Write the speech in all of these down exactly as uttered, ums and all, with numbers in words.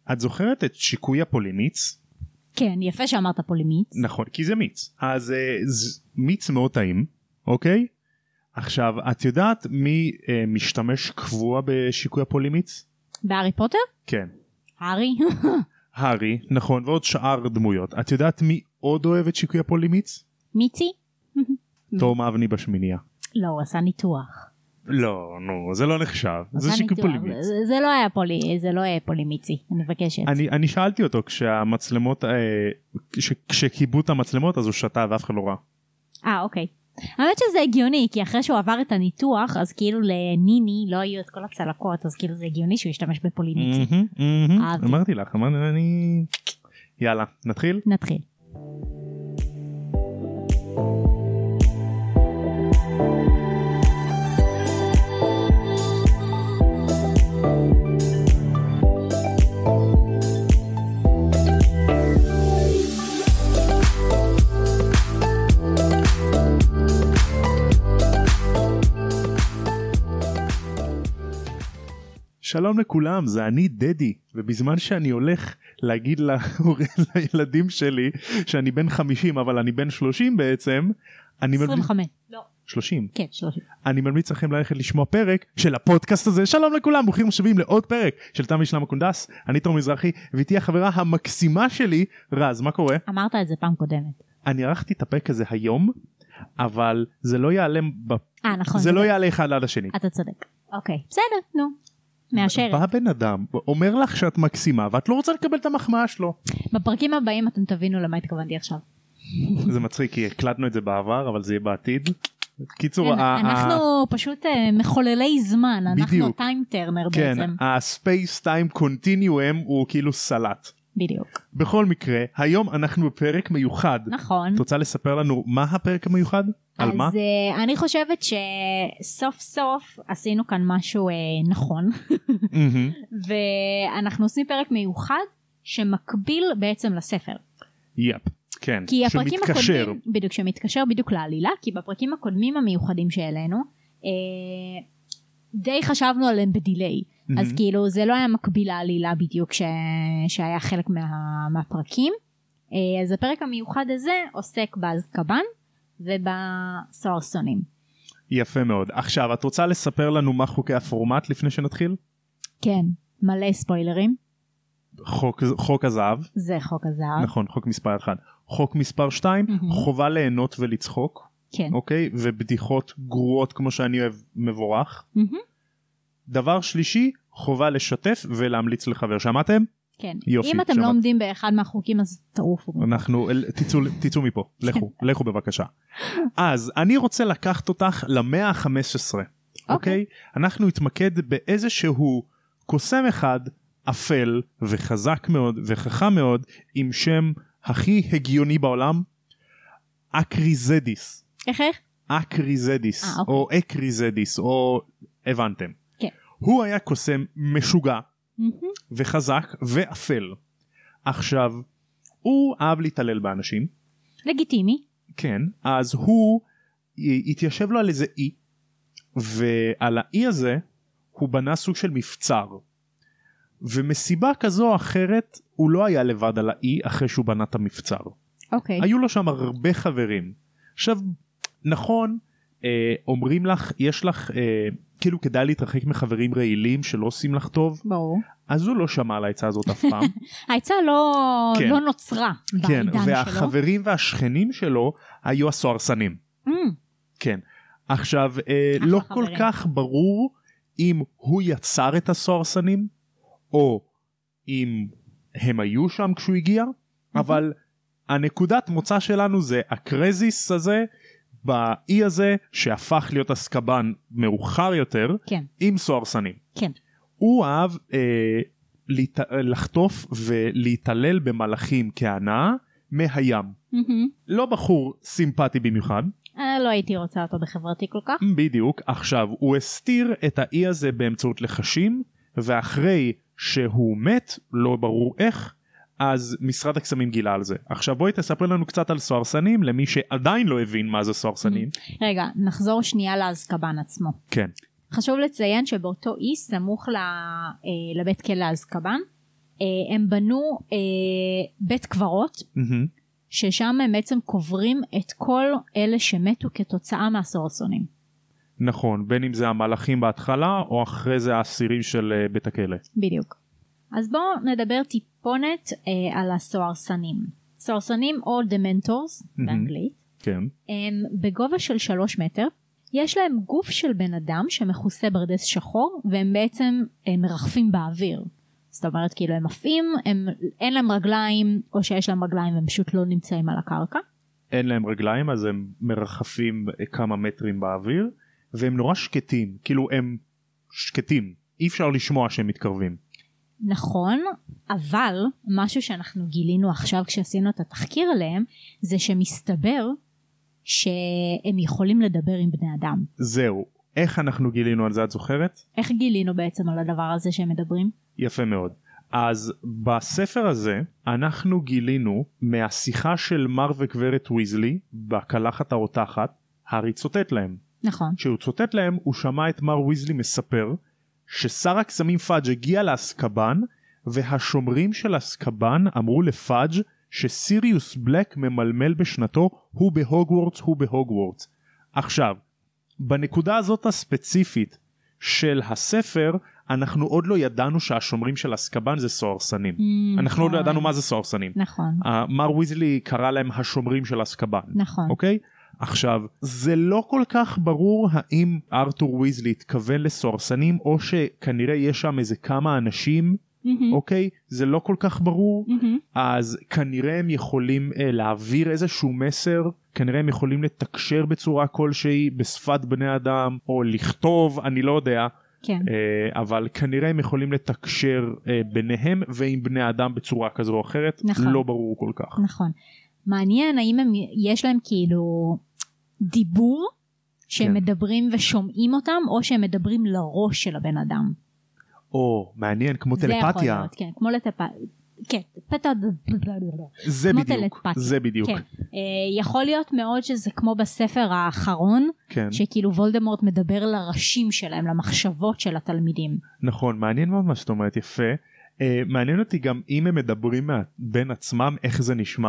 את זוכרת את שיקוי הפולימיץ? כן, יפה שאמרת פולימיץ. נכון, כי זה מיץ. אז זה מיץ מאוד טעים, אוקיי? עכשיו, את יודעת מי אה, משתמש קבוע בשיקוי הפולימיץ? בהארי פוטר? כן. הארי? הארי, נכון, ועוד שאר דמויות. את יודעת מי עוד אוהב את שיקוי הפולימיץ? מיצי? תום אבני בשמינייה. לא, הוא עשה ניתוח. לא, נו, זה לא נחשב. זה שיקוי פולימיץ. זה, זה לא היה פולי, זה לא היה פולימיצי, אני מבקשת. אני, אני שאלתי אותו כשהמצלמות, אה, כש, כשקיבו את המצלמות, אז הוא שתה ואף אחד לא ראה. אה, אוקיי. האמת שזה הגיוני, כי אחרי שהוא עבר את הניתוח, אז כאילו לניני לא היו את כל הצלקות, אז כאילו זה הגיוני שהוא ישתמש בפולימיצי. אמרתי לך, אמרתי, אני... יאללה, נתחיל? נתחיל. שלום לכולם, זה אני דדי, ובזמן שאני הולך להגיד לילדים שלי שאני בן חמישים אבל אני בן שלושים בעצם, אני עשרים וחמש, לא. שלושים. כן, שלושים. אני ממליץ לכם ללכת לשמוע פרק של הפודקאסט הזה. שלום לכולם, ברוכים השבים לעוד פרק של תם ושלמה קונדס. אני תום מזרחי, ואיתי החברה המקסימה שלי, רז, מה קורה? אמרת את זה פעם קודמת. אני ערכתי את הפרק הזה היום, אבל זה לא יעלה, אה, נכון. זה לא יעלה אחד עד השני. אתה צודק. אוקיי, בסדר, נו. מאשרת. בא בן אדם, אומר לך שאת מקסימה, ואת לא רוצה לקבל את המחמאה שלו. בפרקים הבאים אתם תבינו למה התכוונתי עכשיו. זה מצחיק, כי הקלטנו את זה בעבר, אבל זה יהיה בעתיד. קיצור, אנחנו פשוט מחוללי זמן, אנחנו טיים טרנר בעצם. כן, הספייס טיים קונטיניום הוא כאילו סלט. בדיוק. בכל מקרה, היום אנחנו בפרק מיוחד. נכון. את רוצה לספר לנו מה הפרק המיוחד? על מה? אז uh, אני חושבת שסוף סוף עשינו כאן משהו uh, נכון. ואנחנו עושים פרק מיוחד שמקביל בעצם לספר. יפ, כן. כי הפרקים הקודמים, בדיוק, שמתקשר בדיוק לעלילה, כי בפרקים הקודמים המיוחדים שאלינו, uh, די חשבנו עליהם בדיליי. Mm-hmm. אז כאילו זה לא היה מקביל לעלילה בדיוק ש... שהיה חלק מה... מהפרקים. אז הפרק המיוחד הזה עוסק באזקבאן ובסוהרסונים. יפה מאוד. עכשיו את רוצה לספר לנו מה חוקי הפורמט לפני שנתחיל? כן, מלא ספוילרים. חוק, חוק הזהב. זה חוק הזהב. נכון, חוק מספר אחד. חוק מספר שתיים, mm-hmm. חובה ליהנות ולצחוק. כן. אוקיי? ובדיחות גרועות כמו שאני אוהב מבורך. Mm-hmm. דבר שלישי, חובה לשתף ולהמליץ לחבר. שמעתם? כן. יופי. אם אתם שמעת. לא עומדים באחד מהחוקים אז תעופו. אנחנו, תצאו, תצאו מפה. לכו, לכו בבקשה. אז אני רוצה לקחת אותך למאה ה-חמש עשרה. אוקיי? אנחנו נתמקד באיזשהו קוסם אחד, אפל וחזק מאוד וחכם מאוד, עם שם הכי הגיוני בעולם, אקריזדיס. איך איך? אקריזדיס. 아, אוקיי. או אקריזדיס, או הבנתם. כן. הוא היה קוסם משוגע Mm-hmm. וחזק ואפל. עכשיו, הוא אהב להתעלל באנשים. לגיטימי. כן, אז הוא התיישב לו על איזה אי, ועל האי הזה הוא בנה סוג של מבצר. ומסיבה כזו או אחרת, הוא לא היה לבד על האי אחרי שהוא בנה את המבצר. אוקיי. היו לו שם הרבה חברים. עכשיו, נכון, אה, אומרים לך, יש לך... אה, כאילו כדאי להתרחק מחברים רעילים שלא עושים לך טוב. ברור. אז הוא לא שמע על העצה הזאת אף פעם. העצה לא, כן. לא נוצרה כן, בעידן שלו. והחברים והשכנים שלו היו הסוהרסנים. Mm. כן. עכשיו, אה, לא חברים. כל כך ברור אם הוא יצר את הסוהרסנים, או אם הם היו שם כשהוא הגיע, mm-hmm. אבל הנקודת מוצא שלנו זה הקרזיס הזה, באי הזה שהפך להיות אזקבאן מאוחר יותר, כן. עם סוהרסנים. כן. הוא אהב אה, להת... לחטוף ולהתעלל במלאכים כהנאה מהים. Mm-hmm. לא בחור סימפטי במיוחד. אה, לא הייתי רוצה אותו בחברתי כל כך. בדיוק. עכשיו, הוא הסתיר את האי הזה באמצעות לחשים, ואחרי שהוא מת, לא ברור איך, אז משרד הקסמים גילה על זה. עכשיו בואי תספר לנו קצת על סוהרסנים, למי שעדיין לא הבין מה זה סוהרסנים. רגע, נחזור שנייה לאזקבאן עצמו. כן. חשוב לציין שבאותו אי סמוך לבית כלא אזקבאן, הם בנו בית קברות, ששם הם בעצם קוברים את כל אלה שמתו כתוצאה מהסוהרסונים. נכון, בין אם זה המלאכים בהתחלה, או אחרי זה האסירים של בית הכלא. בדיוק. אז בואו נדבר טיפונת על הסוהרסנים. סוהרסנים או דמנטורס, באנגלית. כן. הם בגובה של שלוש מטר. יש להם גוף של בן אדם שמכוסה ברדס שחור, והם בעצם הם מרחפים באוויר. זאת אומרת, כאילו הם עפים, הם, אין להם רגליים, או שיש להם רגליים והם פשוט לא נמצאים על הקרקע. אין להם רגליים, אז הם מרחפים כמה מטרים באוויר, והם נורא שקטים, כאילו הם שקטים, אי אפשר לשמוע שהם מתקרבים. נכון, אבל משהו שאנחנו גילינו עכשיו כשעשינו את התחקיר עליהם, זה שמסתבר שהם יכולים לדבר עם בני אדם. זהו, איך אנחנו גילינו על זה, את זוכרת? איך גילינו בעצם על הדבר הזה שהם מדברים? יפה מאוד. אז בספר הזה אנחנו גילינו מהשיחה של מר וגברת ויזלי בקלחת הרותחת, הארי צוטט להם. נכון. כשהוא צוטט להם הוא שמע את מר ויזלי מספר ששר הקסמים פאג' הגיע לאסקבן, והשומרים של אסקבן אמרו לפאג' שסיריוס בלק ממלמל בשנתו, הוא בהוגוורטס, הוא בהוגוורטס. עכשיו, בנקודה הזאת הספציפית של הספר, אנחנו עוד לא ידענו שהשומרים של אסקבן זה סוהרסנים. Mm, אנחנו נכון. עוד לא ידענו מה זה סוהרסנים. נכון. Uh, מר ויזלי קרא להם השומרים של אסקבן. נכון. אוקיי? עכשיו, זה לא כל כך ברור האם ארתור ויזלי התכוון לסוהרסנים, או שכנראה יש שם איזה כמה אנשים, mm-hmm. אוקיי? זה לא כל כך ברור. Mm-hmm. אז כנראה הם יכולים uh, להעביר איזשהו מסר, כנראה הם יכולים לתקשר בצורה כלשהי בשפת בני אדם, או לכתוב, אני לא יודע. כן. Uh, אבל כנראה הם יכולים לתקשר uh, ביניהם ועם בני אדם בצורה כזו או אחרת. נכון. לא ברור כל כך. נכון. מעניין האם הם, יש להם כאילו דיבור שהם כן. מדברים ושומעים אותם, או שהם מדברים לראש של הבן אדם. או, מעניין, כמו זה טלפתיה. יכול להיות, כן, כמו לטפתיה. כן, פתע... זה בדיוק, זה בדיוק. כן. יכול להיות מאוד שזה כמו בספר האחרון, כן. שכאילו וולדמורט מדבר לראשים שלהם, למחשבות של התלמידים. נכון, מעניין מאוד מה שאת אומרת, יפה. מעניין אותי גם אם הם מדברים בין עצמם, איך זה נשמע.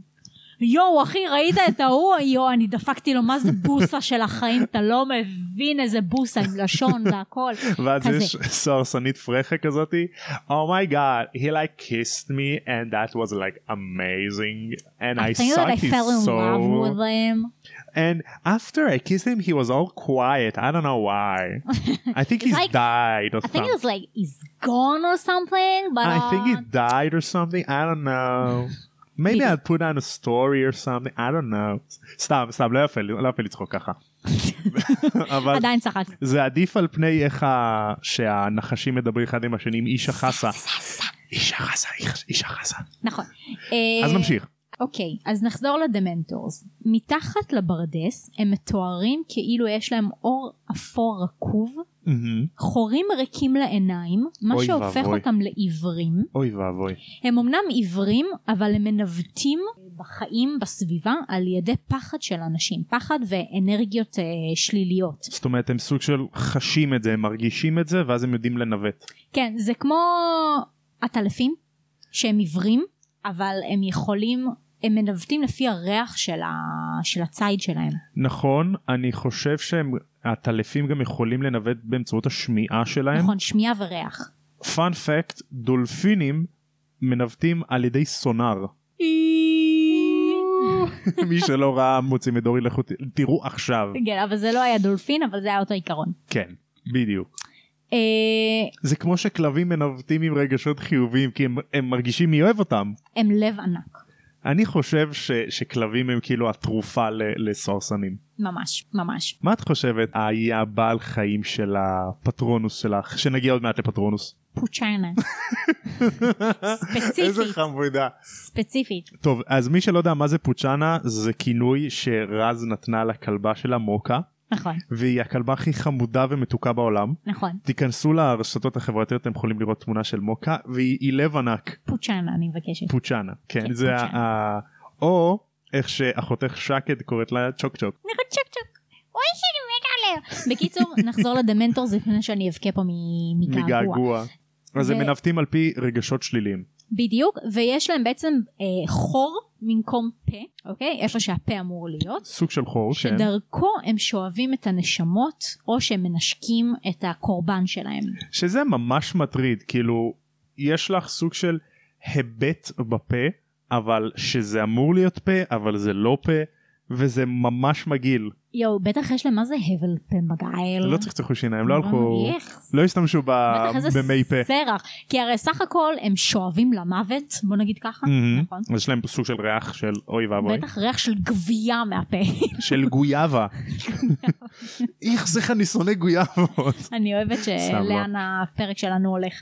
יו אחי, ראית את ההוא? יו, אני דפקתי לו, מה זה בוסה של החיים? אתה לא מבין איזה בוסה עם לשון והכל. ואז יש סוהרסנית פרחה כזאתי, oh my god, he like kissed me and that was like amazing and I, I think that I fell in so... love with him. And after I kissed him, he was all quiet. I don't know why. I think he's like, died or I something. think it was like he's gone or something. But I uh... think he died or something. I don't know. Maybe I'll put on a story or something. I don't know. סתם, סתם, לא יפה, לא יפה לצחוק ככה. עדיין צחק. זה עדיף על פני איך שהנחשים מדברים אחד עם השני עם איש החסה. איש החסה, איש החסה. נכון. אז נמשיך. אוקיי, אז נחזור לדמנטורס. מתחת לברדס הם מתוארים כאילו יש להם אור אפור רקוב, חורים ריקים לעיניים, מה שהופך אותם לעיוורים. אוי ואבוי. הם אמנם עיוורים, אבל הם מנווטים בחיים בסביבה על ידי פחד של אנשים, פחד ואנרגיות אה, שליליות. זאת אומרת, הם סוג של חשים את זה, הם מרגישים את זה, ואז הם יודעים לנווט. כן, זה כמו הטלפים, שהם עיוורים, אבל הם יכולים, הם מנווטים לפי הריח של, ה, של הצייד שלהם. נכון, אני חושב שהטלפים גם יכולים לנווט באמצעות השמיעה שלהם. נכון, שמיעה וריח. פאנ פקט, דולפינים מנווטים על ידי סונאר. מי שלא ראה מוציא מדורי לחוט, תראו עכשיו. כן, אבל זה לא היה דולפין, אבל זה היה אותו עיקרון. כן, בדיוק. זה כמו שכלבים מנווטים עם רגשות חיוביים, כי הם, הם מרגישים מי אוהב אותם. הם לב ענק. אני חושב ש, שכלבים הם כאילו התרופה לסוהרסנים. ממש, ממש. מה את חושבת היה הבעל חיים של הפטרונוס שלך? שנגיע עוד מעט לפטרונוס. פוצ'יינה. ספציפית. איזה חמודה. ספציפית. טוב, אז מי שלא יודע מה זה פוצ'אנה, זה כינוי שרז נתנה לכלבה שלה מוקה. נכון. והיא הכלבה הכי חמודה ומתוקה בעולם. נכון. תיכנסו לרשתות החברתיות, אתם יכולים לראות תמונה של מוקה, והיא לב ענק. פוצ'אנה, אני מבקשת. פוצ'אנה, כן. כן זה ה... או איך שאחותך שקד קוראת לה צ'וק צ'וק. נכון, צ'וק צ'וק. אוי שאני מתה עליה. בקיצור, נחזור לדמנטורס לפני שאני אבכה פה מגעגוע. אז הם מנווטים על פי רגשות שליליים. בדיוק, ויש להם בעצם אה, חור במקום פה, אוקיי? איפה שהפה אמור להיות. סוג של חור, כן. שדרכו הם שואבים את הנשמות, או שהם מנשקים את הקורבן שלהם. שזה ממש מטריד, כאילו, יש לך סוג של היבט בפה, אבל שזה אמור להיות פה, אבל זה לא פה, וזה ממש מגיל. יו, בטח יש להם מה זה הבל פה מגעיל. לא צריך צחו שיניים, לא הלכו, לא השתמשו במי פה. סרח, כי הרי סך הכל הם שואבים למוות, בוא נגיד ככה, נכון? אז יש להם סוג של ריח של אוי ואבוי. בטח ריח של גבייה מהפה. של גויאבה. איך זה אני שונא גויאבות. אני אוהבת שלאן הפרק שלנו הולך.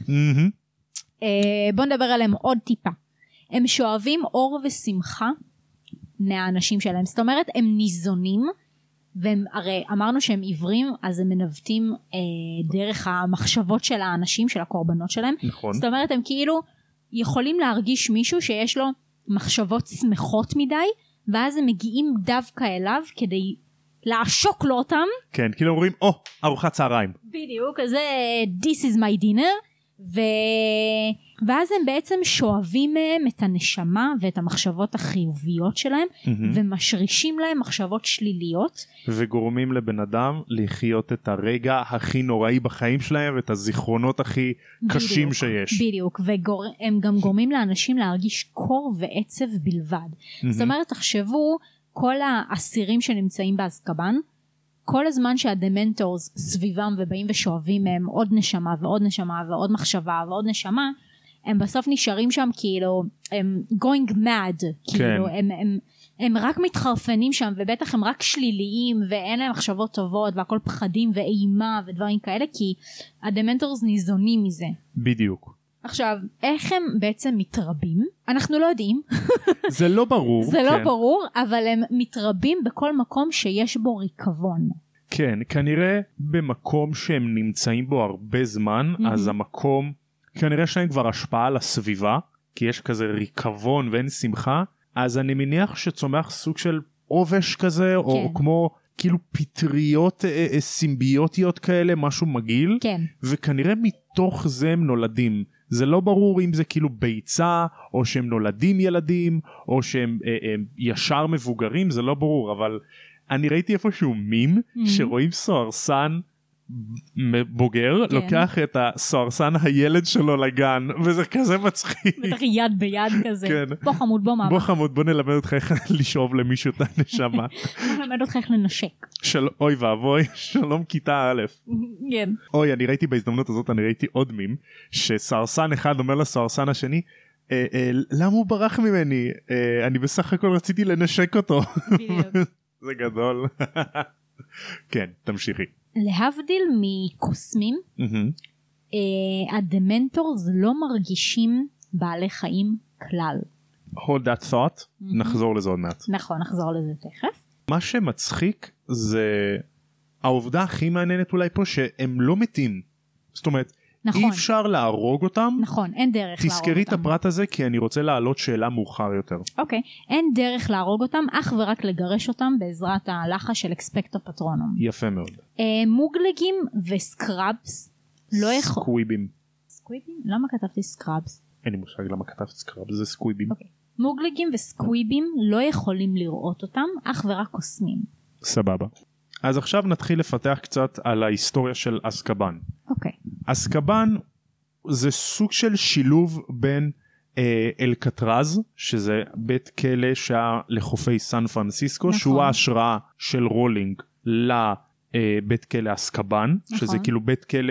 בוא נדבר עליהם עוד טיפה. הם שואבים אור ושמחה מהאנשים שלהם, זאת אומרת הם ניזונים, והם הרי אמרנו שהם עיוורים, אז הם מנווטים אה, דרך המחשבות של האנשים, של הקורבנות שלהם, נכון. זאת אומרת הם כאילו יכולים להרגיש מישהו שיש לו מחשבות שמחות מדי, ואז הם מגיעים דווקא אליו כדי לעשוק לו אותם. כן, כאילו אומרים, או, oh, ארוחת צהריים. בדיוק, זה this is my dinner, ו... ואז הם בעצם שואבים מהם את הנשמה ואת המחשבות החיוביות שלהם, mm-hmm. ומשרישים להם מחשבות שליליות. וגורמים לבן אדם לחיות את הרגע הכי נוראי בחיים שלהם, ואת הזיכרונות הכי בדיוק, קשים שיש. בדיוק, והם וגור... גם גורמים לאנשים להרגיש קור ועצב בלבד. Mm-hmm. זאת אומרת, תחשבו, כל האסירים שנמצאים באזקבאן, כל הזמן שהדמנטורס סביבם ובאים ושואבים מהם עוד נשמה ועוד נשמה ועוד מחשבה ועוד נשמה, הם בסוף נשארים שם כאילו, הם going mad, כאילו, הם, הם, הם רק מתחרפנים שם, ובטח הם רק שליליים, ואין להם מחשבות טובות, והכל פחדים ואימה ודברים כאלה, כי הדמנטורס ניזונים מזה. בדיוק. עכשיו, איך הם בעצם מתרבים? אנחנו לא יודעים. זה לא ברור. זה לא ברור, אבל הם מתרבים בכל מקום שיש בו ריקבון. כן, כנראה במקום שהם נמצאים בו הרבה זמן, mm-hmm. אז המקום, כנראה שיש להם כבר השפעה על הסביבה, כי יש כזה ריקבון ואין שמחה, אז אני מניח שצומח סוג של עובש כזה, כן. או כמו כאילו פטריות אה, אה, סימביוטיות כאלה, משהו מגעיל, כן. וכנראה מתוך זה הם נולדים. זה לא ברור אם זה כאילו ביצה, או שהם נולדים ילדים, או שהם אה, אה, ישר מבוגרים, זה לא ברור, אבל אני ראיתי איפשהו מים, mm-hmm. שרואים סוהרסן בוגר, כן. לוקח את הסוהרסן הילד שלו לגן, וזה כזה מצחיק. בטח יד ביד כזה. כן. בוא חמוד, בוא מאבא. בוא חמוד, בוא נלמד אותך איך לשאוב למישהו את הנשמה. בוא נלמד אותך איך לנשק. של... אוי ואבוי, שלום כיתה א'. כן. אוי, אני ראיתי בהזדמנות הזאת, אני ראיתי עוד מים, שסוהרסן אחד אומר לסוהרסן השני, אה, אה, למה הוא ברח ממני? אה, אני בסך הכל רציתי לנשק אותו. בדיוק. זה גדול. כן, תמשיכי. להבדיל מקוסמים, mm-hmm. אה, הדמנטורס לא מרגישים בעלי חיים כלל. hold that thought, mm-hmm. נחזור לזה עוד מעט. נכון, נחזור לזה תכף. מה שמצחיק זה העובדה הכי מעניינת אולי פה שהם לא מתים. זאת אומרת, נכון. אי אפשר להרוג אותם. נכון, אין דרך להרוג אותם. תזכרי את הפרט הזה כי אני רוצה להעלות שאלה מאוחר יותר. אוקיי, אין דרך להרוג אותם, אך ורק לגרש אותם בעזרת הלחש של אקספקטו פטרונום. יפה מאוד. אה, מוגלגים וסקראבס לא יכול... סקוויבים. סקוויבים? למה כתבתי סקראבס? אין לי מושג למה כתבתי סקראבס, זה סקוויבים. אוקיי. מוגלגים וסקוויבים לא יכולים לראות אותם, אך ורק קוסמים. סבבה. אז עכשיו נתחיל לפתח קצת על ההיסטוריה של אזקבאן. אוקיי. אזקבאן זה סוג של שילוב בין אה, אלקטרז, שזה בית כלא שהיה לחופי סן פרנסיסקו, נכון. שהוא ההשראה של רולינג לבית כלא אזקבאן, נכון. שזה כאילו בית כלא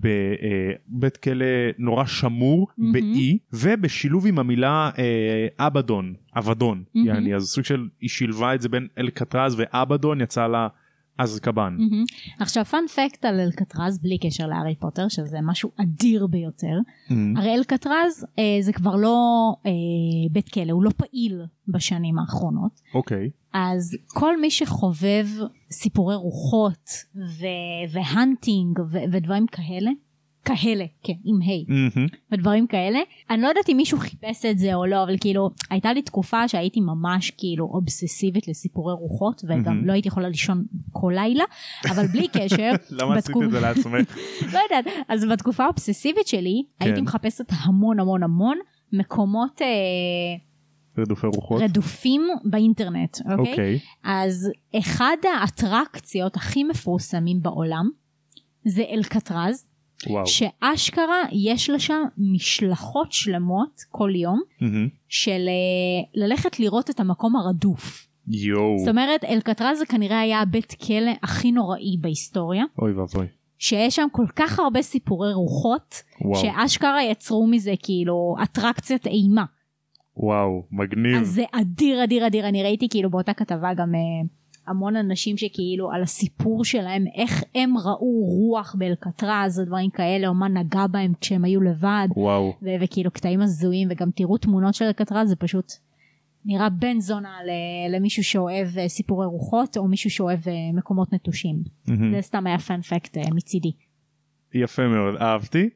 בבית כלא נורא שמור mm-hmm. באי, ובשילוב עם המילה אה, אבדון, אבדון, mm-hmm. יעני, אז סוג של היא שילבה את זה בין אלקטרז ואבדון, יצא לה אזקבאן. Mm-hmm. עכשיו פאנ פקט על אלקטרז בלי קשר להארי פוטר, שזה משהו אדיר ביותר. Mm-hmm. הרי אלקטרז אה, זה כבר לא אה, בית כלא, הוא לא פעיל בשנים האחרונות. אוקיי. Okay. אז כל מי שחובב סיפורי רוחות ו- והנטינג ו- ודברים כאלה, כאלה, כן, עם היי, ודברים כאלה. אני לא יודעת אם מישהו חיפש את זה או לא, אבל כאילו, הייתה לי תקופה שהייתי ממש כאילו אובססיבית לסיפורי רוחות, וגם לא הייתי יכולה לישון כל לילה, אבל בלי קשר. למה עשית את זה לעצמך? לא יודעת, אז בתקופה האובססיבית שלי, הייתי מחפשת המון המון המון מקומות רדופי רוחות. רדופים באינטרנט, אוקיי? אז אחד האטרקציות הכי מפורסמים בעולם, זה אלקטרז, שאשכרה יש לה שם משלחות שלמות כל יום, של ללכת לראות את המקום הרדוף. יואו. זאת אומרת, אלקטרז זה כנראה היה הבית כלא הכי נוראי בהיסטוריה. אוי ואבוי. שיש שם כל כך הרבה סיפורי רוחות, שאשכרה יצרו מזה כאילו אטרקציית אימה. וואו, מגניב. אז זה אדיר, אדיר, אדיר. אני ראיתי כאילו באותה כתבה גם אה, המון אנשים שכאילו על הסיפור שלהם, איך הם ראו רוח באלקטרז, דברים כאלה, או מה נגע בהם כשהם היו לבד. וואו. ו- וכאילו קטעים הזויים, וגם תראו תמונות של אלקטרז, זה פשוט נראה בן זונה ל- למישהו שאוהב אה, סיפורי רוחות, או מישהו שאוהב אה, מקומות נטושים. Mm-hmm. זה סתם היה פן פקט אה, מצידי. יפה מאוד, אהבתי.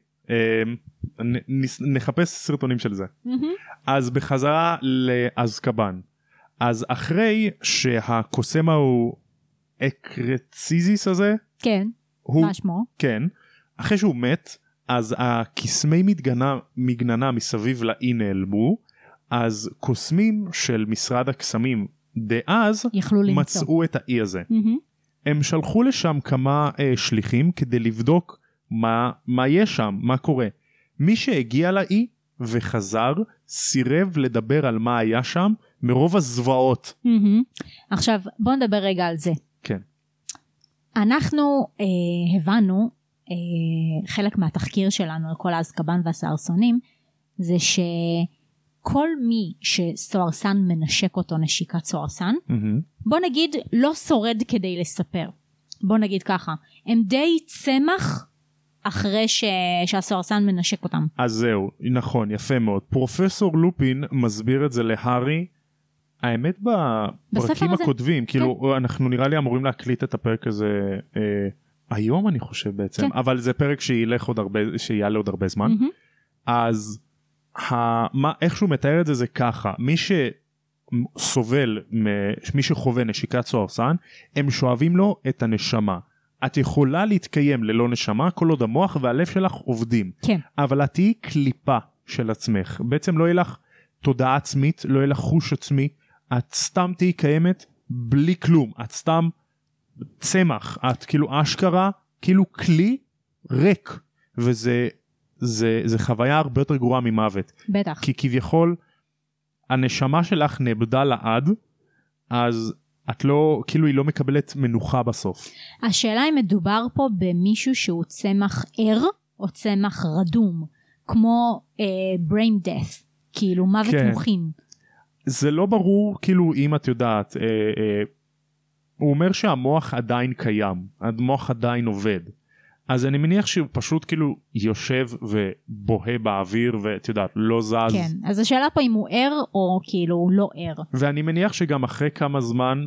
נחפש סרטונים של זה. אז בחזרה לאזקבאן, אז אחרי שהקוסם הוא אקרציזיס הזה, כן, מה שמו? כן, אחרי שהוא מת, אז הקסמי מגננה, מגננה מסביב לאי נעלמו, אז קוסמים של משרד הקסמים דאז מצאו את האי הזה. הם שלחו לשם כמה שליחים כדי לבדוק מה, מה יש שם, מה קורה. מי שהגיע לאי וחזר, סירב לדבר על מה היה שם, מרוב הזוועות. Mm-hmm. עכשיו, בוא נדבר רגע על זה. כן. אנחנו אה, הבנו, אה, חלק מהתחקיר שלנו על כל האזקבאן והסהרסונים, זה שכל מי שסוהרסן מנשק אותו נשיקת סוהרסן, mm-hmm. בוא נגיד לא שורד כדי לספר. בוא נגיד ככה, הם די צמח, אחרי ש... שהסוהרסן מנשק אותם. אז זהו, נכון, יפה מאוד. פרופסור לופין מסביר את זה להרי, האמת בפרקים הקודמים, כן. כאילו אנחנו נראה לי אמורים להקליט את הפרק הזה אה, היום אני חושב בעצם, כן. אבל זה פרק שילך עוד הרבה, שיעלה עוד הרבה זמן. Mm-hmm. אז ה... מה, איך שהוא מתאר את זה זה ככה, מי שסובל, מי שחווה נשיקת סוהרסן, הם שואבים לו את הנשמה. את יכולה להתקיים ללא נשמה כל עוד המוח והלב שלך עובדים. כן. אבל את תהיי קליפה של עצמך. בעצם לא יהיה לך תודעה עצמית, לא יהיה לך חוש עצמי. את סתם תהיי קיימת בלי כלום. את סתם צמח. את כאילו אשכרה, כאילו כלי ריק. וזה זה, זה חוויה הרבה יותר גרועה ממוות. בטח. כי כביכול הנשמה שלך נאבדה לעד, אז את לא, כאילו היא לא מקבלת מנוחה בסוף. השאלה אם מדובר פה במישהו שהוא צמח ער, או צמח רדום, כמו אה, brain death, כאילו מוות כן. מוחין. זה לא ברור, כאילו אם את יודעת, אה, אה, הוא אומר שהמוח עדיין קיים, המוח עדיין עובד. אז אני מניח שהוא פשוט כאילו יושב ובוהה באוויר ואת יודעת לא זז. כן, אז השאלה פה אם הוא ער או כאילו לא ער. ואני מניח שגם אחרי כמה זמן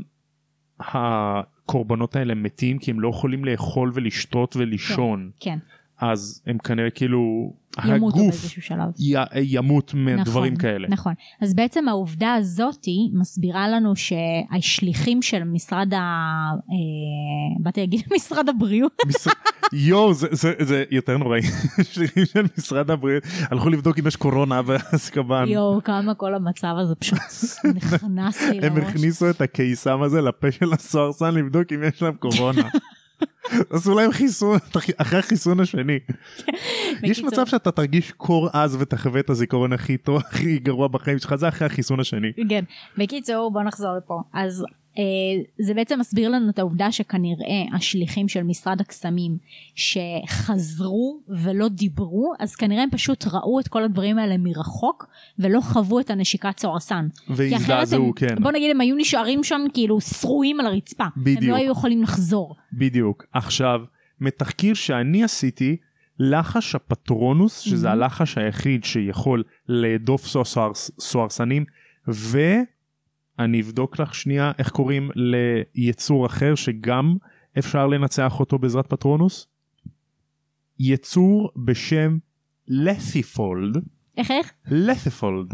הקורבנות האלה מתים כי הם לא יכולים לאכול ולשתות ולישון. כן, כן. אז הם כנראה כאילו ימותו הגוף באיזשהו שלב. י, ימות מדברים נכון, כאלה. נכון. אז בעצם העובדה הזאתי מסבירה לנו שהשליחים של משרד ה... אה, באתי להגיד משרד הבריאות. מש... יו, זה, זה, זה יותר נוראי. שליחים של משרד הבריאות הלכו לבדוק אם יש קורונה באזקבאן. יו, כמה כל המצב הזה פשוט נכנס לי לראש. הם הכניסו את הקיסם הזה לפה של הסוהרסן לבדוק אם יש להם קורונה. עשו להם חיסון אחרי החיסון השני. יש מצב שאתה תרגיש קור אז ותחווה את הזיכרון הכי טוב הכי גרוע בחיים שלך, זה אחרי החיסון השני. כן, בקיצור בוא נחזור לפה. אז זה בעצם מסביר לנו את העובדה שכנראה השליחים של משרד הקסמים שחזרו ולא דיברו, אז כנראה הם פשוט ראו את כל הדברים האלה מרחוק ולא חוו את הנשיקת סוהרסן. והזדעזעו, כן. בוא נגיד הם היו נשארים שם כאילו שרועים על הרצפה. בדיוק. הם לא היו יכולים לחזור. בדיוק. עכשיו, מתחקיר שאני עשיתי, לחש הפטרונוס, שזה הלחש היחיד שיכול להדוף סוהרסנים, ו... אני אבדוק לך שנייה איך קוראים ליצור אחר שגם אפשר לנצח אותו בעזרת פטרונוס. יצור בשם לת'יפולד. איך איך? לת'יפולד.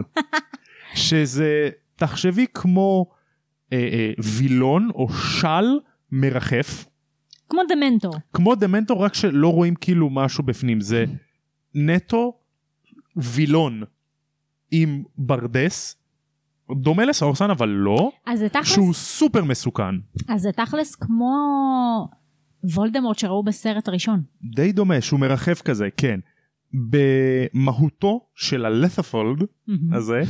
שזה, תחשבי כמו אה, אה, וילון או של מרחף. כמו דמנטור. כמו דמנטור, רק שלא רואים כאילו משהו בפנים. זה נטו וילון עם ברדס, דומה לסאורסן אבל לא, תכלס, שהוא סופר מסוכן. אז זה תכלס כמו וולדמורט שראו בסרט הראשון. די דומה, שהוא מרחף כזה, כן. במהותו של הלת'פולד הזה,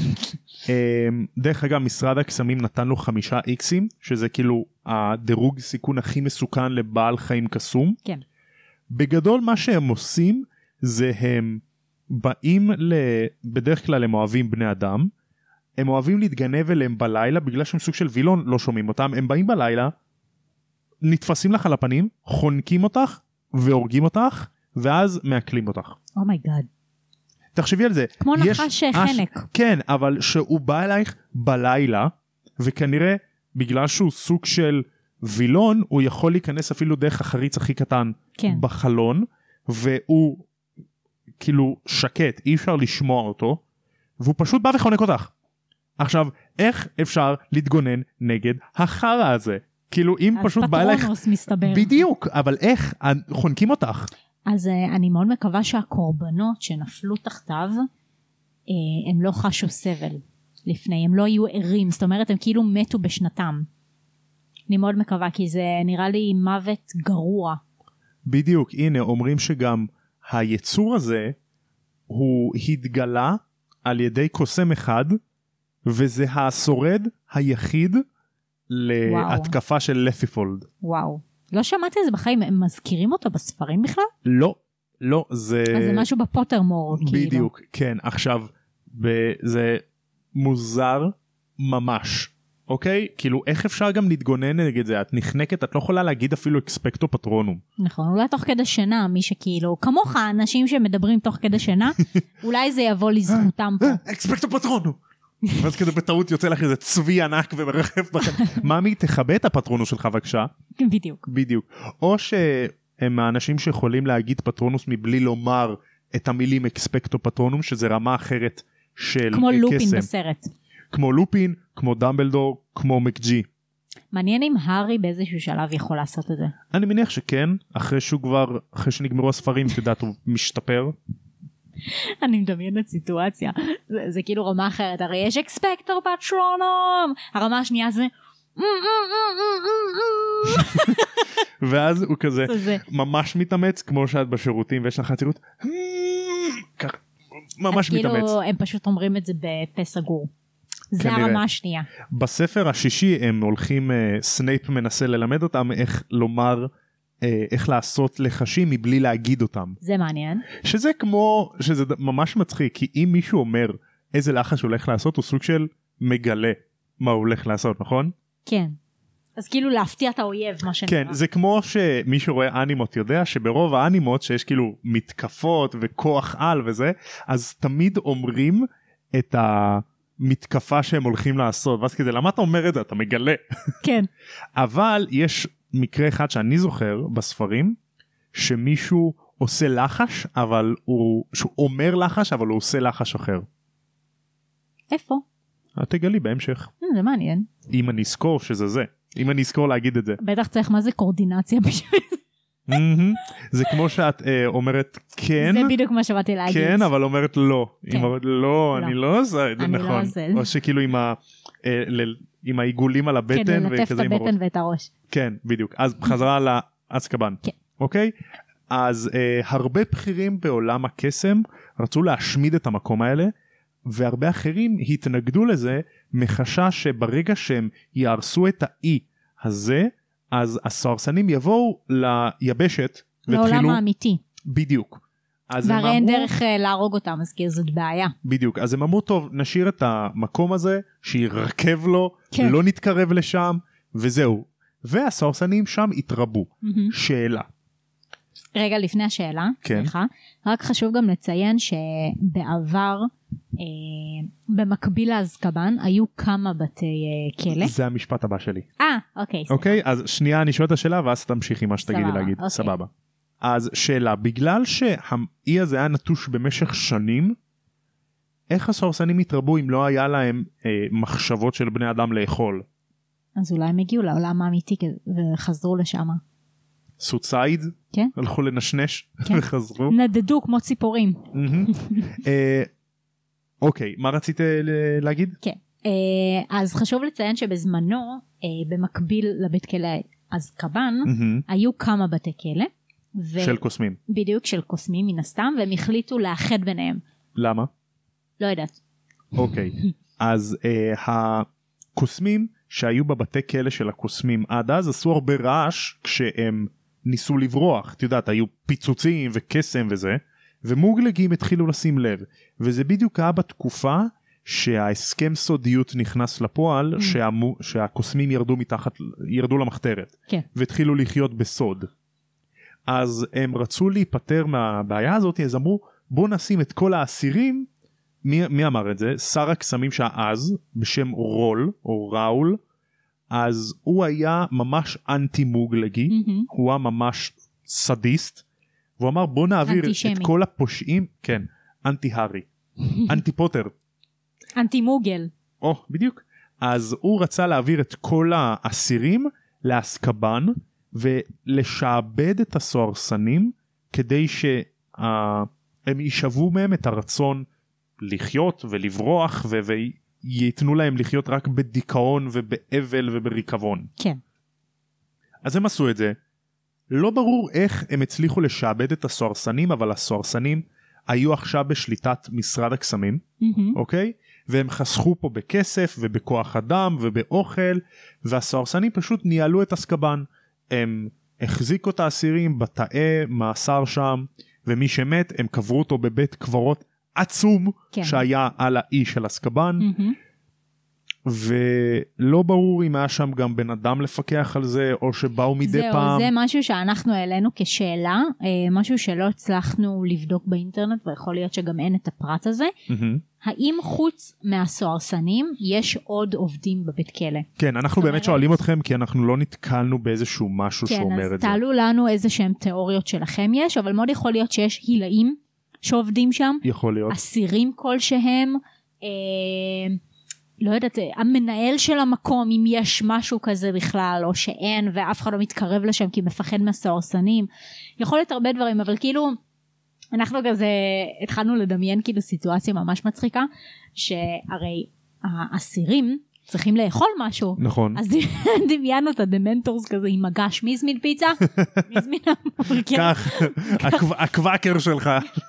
דרך אגב משרד הקסמים נתן לו חמישה איקסים, שזה כאילו הדירוג סיכון הכי מסוכן לבעל חיים קסום. כן. בגדול מה שהם עושים זה הם באים, ל... בדרך כלל הם אוהבים בני אדם, הם אוהבים להתגנב אליהם בלילה, בגלל שהם סוג של וילון לא שומעים אותם, הם באים בלילה, נתפסים לך על הפנים, חונקים אותך והורגים אותך, ואז מעכלים אותך. אומייגאד. תחשבי על זה. כמו נחש חנק. כן, אבל שהוא בא אלייך בלילה, וכנראה בגלל שהוא סוג של וילון, הוא יכול להיכנס אפילו דרך החריץ הכי קטן כן. בחלון, והוא כאילו שקט, אי אפשר לשמוע אותו, והוא פשוט בא וחונק אותך. עכשיו, איך אפשר להתגונן נגד החרא הזה? כאילו אם פשוט בא אלייך... אז פטרונוס מסתבר. בדיוק, אבל איך? חונקים אותך. אז uh, אני מאוד מקווה שהקורבנות שנפלו תחתיו, uh, הם לא חשו סבל לפני, הם לא היו ערים, זאת אומרת הם כאילו מתו בשנתם. אני מאוד מקווה כי זה נראה לי מוות גרוע. בדיוק, הנה אומרים שגם היצור הזה הוא התגלה על ידי קוסם אחד, וזה השורד היחיד להתקפה של לת'יפולד. וואו. לא שמעתי את זה בחיים, הם מזכירים אותו בספרים בכלל? לא, לא, זה... אז זה משהו בפוטרמור, כאילו. בדיוק, כן, עכשיו, זה מוזר ממש, אוקיי? כאילו, איך אפשר גם להתגונן נגד זה? את נחנקת, את לא יכולה להגיד אפילו אקספקטו פטרונום. נכון, אולי תוך כדי שינה, מי שכאילו, כמוך, אנשים שמדברים תוך כדי שינה, אולי זה יבוא לזכותם פה. אקספקטו פטרונום! ואז כזה בטעות יוצא לך איזה צבי ענק ומרחף בכם. ממי, תכבה את הפטרונוס שלך בבקשה. בדיוק. בדיוק. או שהם האנשים שיכולים להגיד פטרונוס מבלי לומר את המילים אקספקטו פטרונום, שזה רמה אחרת של קסם. כמו לופין בסרט. כמו לופין, כמו דמבלדור, כמו מקג'י. מעניין אם הארי באיזשהו שלב יכול לעשות את זה. אני מניח שכן, אחרי שהוא כבר, אחרי שנגמרו הספרים, תדעת, הוא משתפר. אני מדמיינת סיטואציה, זה, זה כאילו רמה אחרת, הרי יש אקספקטור פטרונום, הרמה השנייה זה ואז הוא כזה ממש מתאמץ, כמו שאת בשירותים ויש לך צירות, ממש מתאמץ. אז כאילו הם פשוט אומרים את זה בפה סגור, זה הרמה השנייה. בספר השישי הם הולכים, סנייפ מנסה ללמד אותם איך לומר, איך לעשות לחשים מבלי להגיד אותם. זה מעניין. שזה כמו, שזה ממש מצחיק, כי אם מישהו אומר איזה לחש הוא הולך לעשות, הוא סוג של מגלה מה הוא הולך לעשות, נכון? כן. אז כאילו להפתיע את האויב, מה שנראה. כן, זה כמו שמישהו רואה אנימות יודע, שברוב האנימות שיש כאילו מתקפות וכוח על וזה, אז תמיד אומרים את המתקפה שהם הולכים לעשות, ואז כזה, למה אתה אומר את זה? אתה מגלה. כן. אבל יש מקרה אחד שאני זוכר בספרים, שמישהו עושה לחש, אבל הוא, שהוא אומר לחש, אבל הוא עושה לחש אחר. איפה? את תגלי בהמשך. זה מעניין. אם אני אזכור שזה זה. אם אני אזכור להגיד את זה. בטח צריך מה זה קורדינציה בשביל זה. זה כמו שאת אומרת כן. זה בדיוק מה שבאתי להגיד. כן, אבל אומרת לא. אם אומרת לא, אני לא עושה את זה נכון. או שכאילו עם העיגולים על הבטן. כן, ללטף את הבטן ואת הראש. כן, בדיוק. אז חזרה לאצקבן. כן. אוקיי? אז הרבה בכירים בעולם הקסם רצו להשמיד את המקום האלה, והרבה אחרים התנגדו לזה מחשש שברגע שהם יהרסו את האי הזה, אז הסוהרסנים יבואו ליבשת לעולם האמיתי. בדיוק. והרי אין דרך להרוג אותם, אז כאילו זאת בעיה. בדיוק, אז הם אמרו טוב, נשאיר את המקום הזה, שירכב לו, כן. לא נתקרב לשם, וזהו. והסוהרסנים שם התרבו. Mm-hmm. שאלה. רגע לפני השאלה, כן. סליחה, רק חשוב גם לציין שבעבר, אה, במקביל לאזקבן, היו כמה בתי אה, כלא. זה המשפט הבא שלי. אה, אוקיי. אוקיי, אז שנייה אני שואל את השאלה, ואז תמשיך עם מה שתגידי להגיד. אוקיי. סבבה. אז שאלה, בגלל שהאי הזה היה נטוש במשך שנים, איך הסוהרסנים התרבו אם לא היה להם אה, מחשבות של בני אדם לאכול? אז אולי הם הגיעו לעולם האמיתי וחזרו לשם. סוצייד? כן. הלכו לנשנש כן. וחזרו? נדדו כמו ציפורים. אה, אוקיי, מה רצית להגיד? כן. אה, אז חשוב לציין שבזמנו, אה, במקביל לבית כלא אזקבאן, היו כמה בתי כלא. ו... של קוסמים. בדיוק, של קוסמים מן הסתם, והם החליטו לאחד ביניהם. למה? לא יודעת. אוקיי, אז אה, הקוסמים שהיו בבתי כלא של הקוסמים עד אז עשו הרבה רעש כשהם ניסו לברוח. את יודעת, היו פיצוצים וקסם וזה, ומוגלגים התחילו לשים לב. וזה בדיוק היה בתקופה שההסכם סודיות נכנס לפועל, mm. שהמו, שהקוסמים ירדו מתחת, ירדו למחתרת. כן. והתחילו לחיות בסוד. אז הם רצו להיפטר מהבעיה הזאת, אז אמרו, בוא נשים את כל האסירים, מי, מי אמר את זה? שר הקסמים שאז, בשם רול, או ראול, אז הוא היה ממש אנטי מוגלגי, mm-hmm. הוא היה ממש סדיסט, והוא אמר בוא נעביר את כל הפושעים, כן, אנטי הארי, אנטי פוטר. אנטי מוגל. או, בדיוק. אז הוא רצה להעביר את כל האסירים לאזקבאן, ולשעבד את הסוהרסנים, כדי שהם יישבו מהם את הרצון לחיות ולברוח, ו- וייתנו להם לחיות רק בדיכאון ובאבל ובריקבון. כן. אז הם עשו את זה. לא ברור איך הם הצליחו לשעבד את הסוהרסנים, אבל הסוהרסנים היו עכשיו בשליטת משרד הקסמים, mm-hmm. אוקיי? והם חסכו פה בכסף ובכוח אדם ובאוכל, והסוהרסנים פשוט ניהלו את אזקבאן. הם החזיקו את האסירים בתאי מאסר שם, ומי שמת הם קברו אותו בבית קברות עצום, כן. שהיה על האי של אזקבאן, mm-hmm. ולא ברור אם היה שם גם בן אדם לפקח על זה, או שבאו מדי זהו, פעם. זה משהו שאנחנו העלינו כשאלה, משהו שלא הצלחנו לבדוק באינטרנט, ויכול להיות שגם אין את הפרט הזה. Mm-hmm. האם חוץ מהסוהרסנים יש עוד עובדים בבית כלא? כן, אנחנו באמת אומרת... שואלים אתכם, כי אנחנו לא נתקלנו באיזשהו משהו כן, שאומר את זה. כן, אז תעלו לנו איזה שהם תיאוריות שלכם יש, אבל מאוד יכול להיות שיש הילאים שעובדים שם. יכול להיות. אסירים כלשהם, אה... לא יודעת, המנהל של המקום, אם יש משהו כזה בכלל, או שאין, ואף אחד לא מתקרב לשם, כי מפחד מהסוהרסנים. יכול להיות הרבה דברים, אבל כאילו, אנחנו כזה, התחלנו לדמיין כאילו סיטואציה ממש מצחיקה, שהרי האסירים צריכים לאכול משהו. נכון. אז דמיינו את הדמנטורס כזה עם מגש, מי הזמין פיצה? מי הזמין המבורגר? כך, הקוואקר שלך.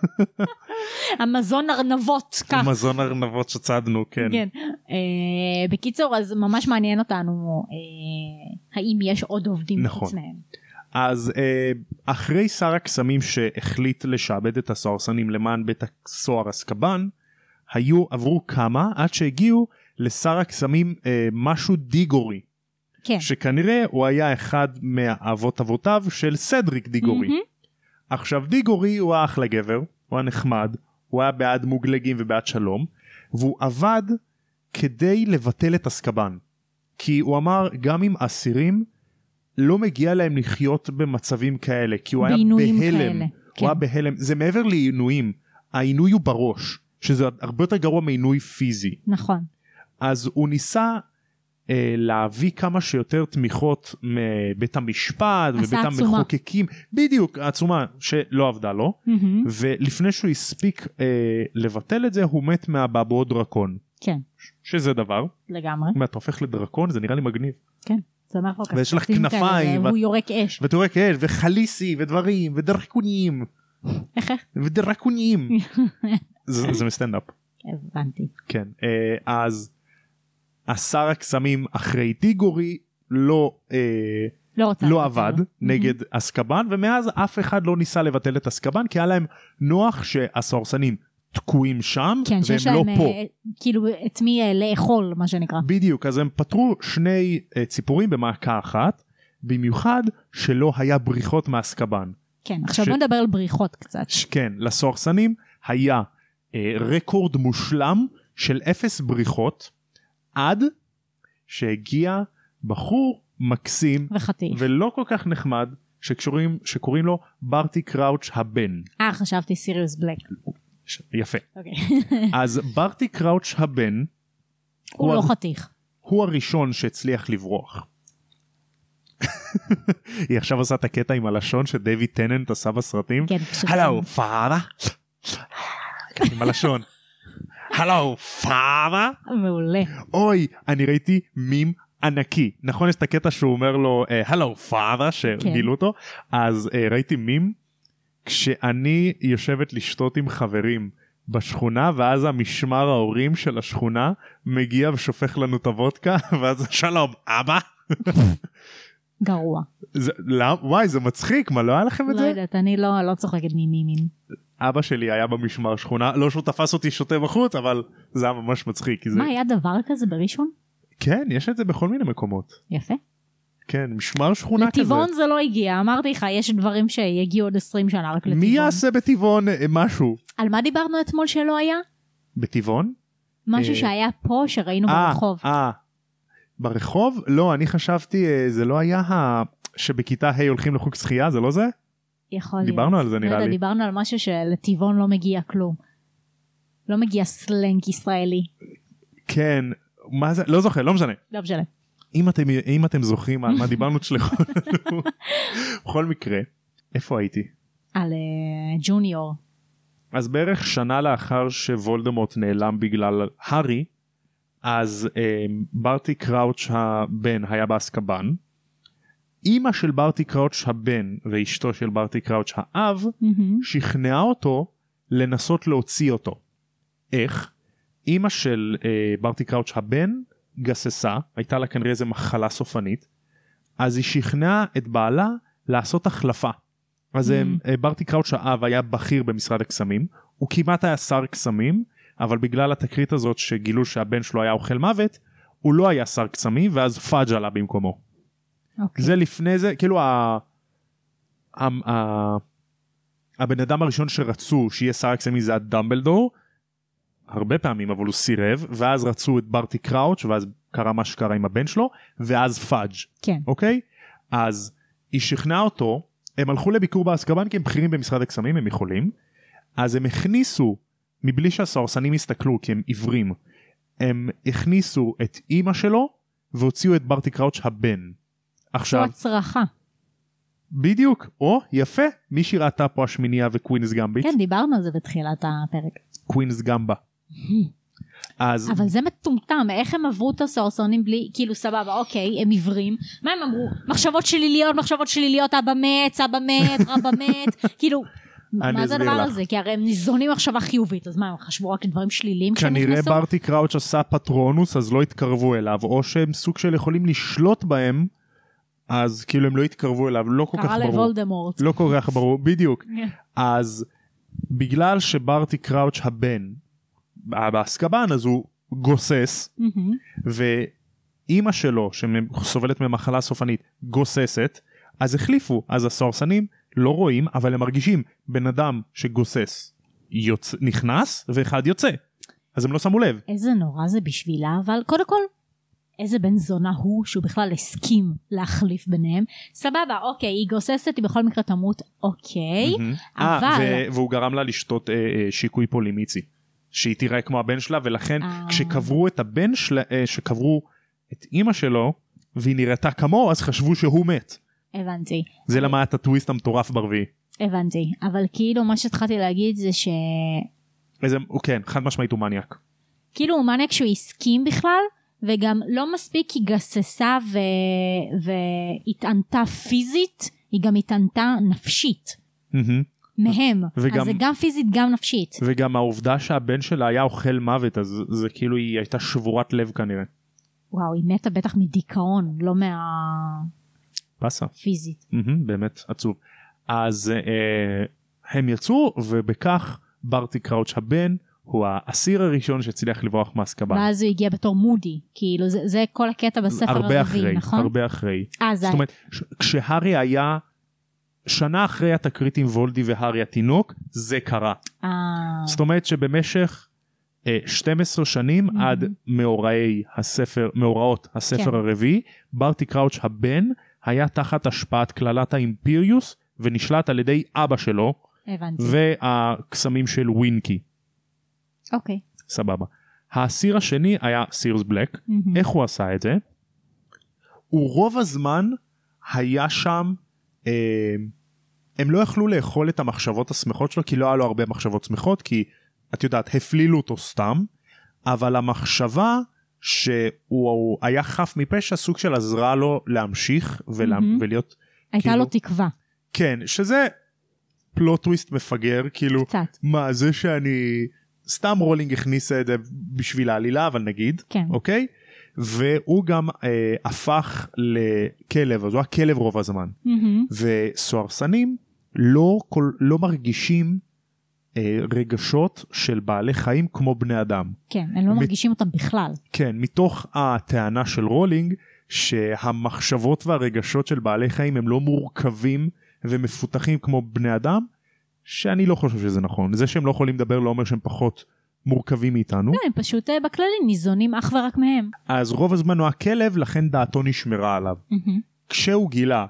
המזון ארנבות, כך. המזון ארנבות שצדנו, כן. כן. בקיצור, אז ממש מעניין אותנו, האם יש עוד עובדים חוץ מהם. אז אחרי שר הקסמים שהחליט לשעבד את הסוהרסנים למען בית הסוהר אזקבאן, היו, עברו כמה, עד שהגיעו לשר הקסמים אה, משהו דיגורי. כן. שכנראה הוא היה אחד מאבות אבותיו של סדריק דיגורי. Mm-hmm. עכשיו דיגורי הוא היה אחלה גבר, הוא היה נחמד, הוא היה בעד מוגלגים ובעד שלום, והוא עבד כדי לבטל את אזקבאן. כי הוא אמר, גם עם אסירים, לא מגיע להם לחיות במצבים כאלה, כי הוא היה בהלם. כאלה. הוא כן. היה בהלם. זה מעבר לעינויים. העינוי הוא בראש, שזה הרבה יותר גרוע מעינוי פיזי. נכון. אז הוא ניסה אה, להביא כמה שיותר תמיכות מבית המשפט ובית עצומה. המחוקקים. בדיוק, העצומה שלא עבדה לו. Mm-hmm. ולפני שהוא הספיק אה, לבטל את זה, הוא מת מהבעבוע דרקון. כן. שזה דבר. לגמרי. אם אתה הופך לדרקון, זה נראה לי מגניב. כן. זה מאחור כזה. ויש לך כנפיים. והוא יורק אש. ואתה יורק אש, וחליסי, ודברים, ודרקונים. איך איך? ודרקונים. זה, זה מסטנדאפ. הבנתי. כן. אה, אז השר הקסמים אחרי דיגורי לא, אה, לא, לא עבד נגד אזקבאן, ומאז אף אחד לא ניסה לבטל את אזקבאן, כי היה להם נוח שהסוהרסנים תקועים שם, כן, והם לא פה. כאילו את מי לאכול, מה שנקרא. בדיוק, אז הם פתרו שני uh, ציפורים במכה אחת, במיוחד שלא היה בריחות מאזקבאן. כן, עכשיו ש... בוא נדבר על בריחות קצת. ש... כן, לסוהרסנים היה uh, רקורד מושלם של אפס בריחות, עד שהגיע בחור מקסים, וחתיך. ולא כל כך נחמד, שקשורים, שקוראים לו ברטי קראוץ' הבן. אה, חשבתי סיריוס בלק. יפה. אוקיי. אז ברטי קראוץ' הבן, הוא לא חתיך. הוא הראשון שהצליח לברוח. היא עכשיו עושה את הקטע עם הלשון שדייוויד טננט עשה בסרטים. כן. הלו, פאדה. עם הלשון. הלו, פאדה. מעולה. אוי, אני ראיתי מים ענקי. נכון, יש את הקטע שהוא אומר לו, הלו, פאדה, שגילו אותו. אז ראיתי מים, כשאני יושבת לשתות עם חברים בשכונה, ואז המשמר ההורים של השכונה מגיע ושופך לנו את הוודקה, ואז שלום, אבא. גרוע. זה, לא, וואי, זה מצחיק, מה, לא היה לכם את לא זה? לא יודעת, אני לא, לא צוחקת ממימים. אבא שלי היה במשמר שכונה, לא שהוא תפס אותי שותה בחוץ, אבל זה היה ממש מצחיק. זה... מה, היה דבר כזה בראשון? כן, יש את זה בכל מיני מקומות. יפה. כן, משמר שכונה כזה. לטבעון זה לא הגיע, אמרתי לך, יש דברים שיגיעו עוד עשרים שנה רק לטבעון. מי יעשה בטבעון משהו? על מה דיברנו אתמול שלא היה? בטבעון? משהו שהיה פה שראינו ברחוב. אה, ברחוב? לא, אני חשבתי, זה לא היה שבכיתה ה' הולכים לחוג שחייה, זה לא זה? יכול להיות. דיברנו על זה נראה לי. דיברנו על משהו שלטבעון לא מגיע כלום. לא מגיע סלנג ישראלי. כן, מה זה? לא זוכר, לא משנה. לא משנה. אם אתם, אם אתם זוכרים על מה דיברנו, תשלחו לנו. בכל מקרה, איפה הייתי? על ג'וניור. אז בערך שנה לאחר שוולדמורט נעלם בגלל הארי, אז אה, ברטי קראוץ' הבן היה באזקבאן. אמא של ברטי קראוץ' הבן ואשתו של ברטי קראוץ' האב mm-hmm. שכנעה אותו לנסות להוציא אותו. איך? אמא של אה, ברטי קראוץ' הבן גססה, הייתה לה כנראה איזה מחלה סופנית, אז היא שכנעה את בעלה לעשות החלפה. אז mm-hmm. אה, ברטי קראוץ' האב היה בכיר במשרד הקסמים, הוא כמעט היה שר קסמים, אבל בגלל התקרית הזאת שגילו שהבן שלו היה אוכל מוות, הוא לא היה שר קסמים, ואז פאג' עלה במקומו. Okay. זה לפני זה, כאילו ה... ה... ה... הבן אדם הראשון שרצו שיהיה שר הקסמים זה הדמבלדור, הרבה פעמים, אבל הוא סירב, ואז רצו את ברטי קראוץ', ואז קרה מה שקרה עם הבן שלו, ואז פאג'. כן. אוקיי? אז היא שכנעה אותו, הם הלכו לביקור באזקבאן, כי הם בכירים במשרד הקסמים, הם יכולים, אז הם הכניסו, מבלי שהסוהרסנים הסתכלו, כי הם עיוורים, הם הכניסו את אמא שלו, והוציאו את ברטי קראוץ' הבן. עכשיו... זו הצרחה. בדיוק, או יפה, מישהי ראתה פה השמינייה וקווינס גמביט. כן, דיברנו על זה בתחילת הפרק. קווינס גמבה. אז... אבל זה מטומטם, איך הם עברו את הסוהרסנים בלי, כאילו סבבה, אוקיי, הם עיוורים, מה הם אמרו? מחשבות שליליות, מחשבות שליליות, אבא מת, אבא מת, רבא מת, כאילו, מה זה הדבר הזה? כי הרי הם ניזונים מחשבה חיובית, אז מה, הם חשבו רק דברים שליליים כשהם נכנסו? כנראה ברטי קראוץ' עשה פטרונוס, אז לא התקרבו אליו, או שהם סוג של יכולים לשלוט בהם, אז כאילו הם לא התקרבו אליו, לא כל כך ברור. קרא לוולדמורט. לא כל כך ברור, בדיוק. אז בגלל שברטי קראוץ' הבן, באזקבאן, אז הוא גוסס, ואימא שלו, שסובלת ממחלה סופנית, גוססת, אז החליפו, אז הסוהרסנים לא רואים, אבל הם מרגישים בן אדם שגוסס יוצא, נכנס, ואחד יוצא. אז הם לא שמו לב. איזה נורא זה בשבילה, אבל קודם כל, איזה בן זונה הוא שהוא בכלל הסכים להחליף ביניהם. סבבה, אוקיי, היא גוססת, היא בכל מקרה תמות, אוקיי, אבל... והוא גרם לה לשתות שיקוי פולימיצי, שהיא תראה כמו הבן שלה, ולכן כשקברו את הבן שלה, שקברו את אמא שלו, והיא נראתה כמו, אז חשבו שהוא מת. הבנתי. זה למה את הטוויסט המטורף ברביעי. הבנתי, אבל כאילו מה שהתחלתי להגיד זה ש... איזה, כן, חד משמעית הוא מניאק. כאילו הוא מניאק שהוא הסכים בכלל, וגם לא מספיק היא גססה ו... והתענתה פיזית, היא גם התענתה נפשית. מהם. וגם... אז זה גם פיזית גם נפשית. וגם העובדה שהבן שלה היה אוכל מוות, אז זה כאילו היא הייתה שבורת לב כנראה. וואו, היא מתה בטח מדיכאון, לא מה... פסה. פיזית. באמת עצוב. אז אה, הם יצאו, ובכך ברטי קראוץ' הבן, הוא האסיר הראשון שהצליח לברוח מאזקבאן. ואז הוא הגיע בתור מודי, כאילו זה, זה כל הקטע בספר הרביעי, נכון? הרבה אחרי. אה, זה... זאת אומרת, כשהארי היה, שנה אחרי התקרית עם וולדי והארי התינוק, זה קרה. אה... זאת אומרת שבמשך אה, שתים עשרה שנים, mm-hmm. עד מאורעי הספר, מאורעות הספר כן. הרביעי, ברטי קראוץ' הבן, היה תחת השפעת כללת האימפיריוס, ונשלט על ידי אבא שלו, הבנתי. והקסמים של ווינקי. אוקיי. סבבה. האסיר השני היה סיריוס בלק. Mm-hmm. איך הוא עשה את זה? הוא רוב הזמן היה שם, אה, הם לא יכלו לאכול את המחשבות השמחות שלו, כי לא היה לו הרבה מחשבות שמחות, כי את יודעת, הפלילו אותו סתם, אבל המחשבה שהוא היה חף מפשע, סוג של עזרה לו להמשיך ולה, mm-hmm. ולהיות... הייתה כאילו, לו תקווה. כן, שזה פלוט טוויסט מפגר, כאילו, קצת. מה, זה שאני... סתם רולינג הכניס את זה בשביל העלילה, אבל נגיד, כן. אוקיי? והוא גם אה, הפך לכלב, אז הוא היה כלב רוב הזמן. Mm-hmm. וסוהרסנים לא, כל, לא מרגישים אה, רגשות של בעלי חיים כמו בני אדם. כן, הם לא מרגישים אותם בכלל. כן, מתוך הטענה של רולינג, שהמחשבות והרגשות של בעלי חיים הם לא מורכבים ומפותחים כמו בני אדם, שאני לא חושב שזה נכון. זה שהם לא יכולים לדבר לא אומר שהם פחות מורכבים מאיתנו. לא, הם פשוט בכללי ניזונים אך ורק מהם. אז רוב הזמן הוא הכלב, לכן דעתו נשמרה עליו. Mm-hmm. כשהוא גילה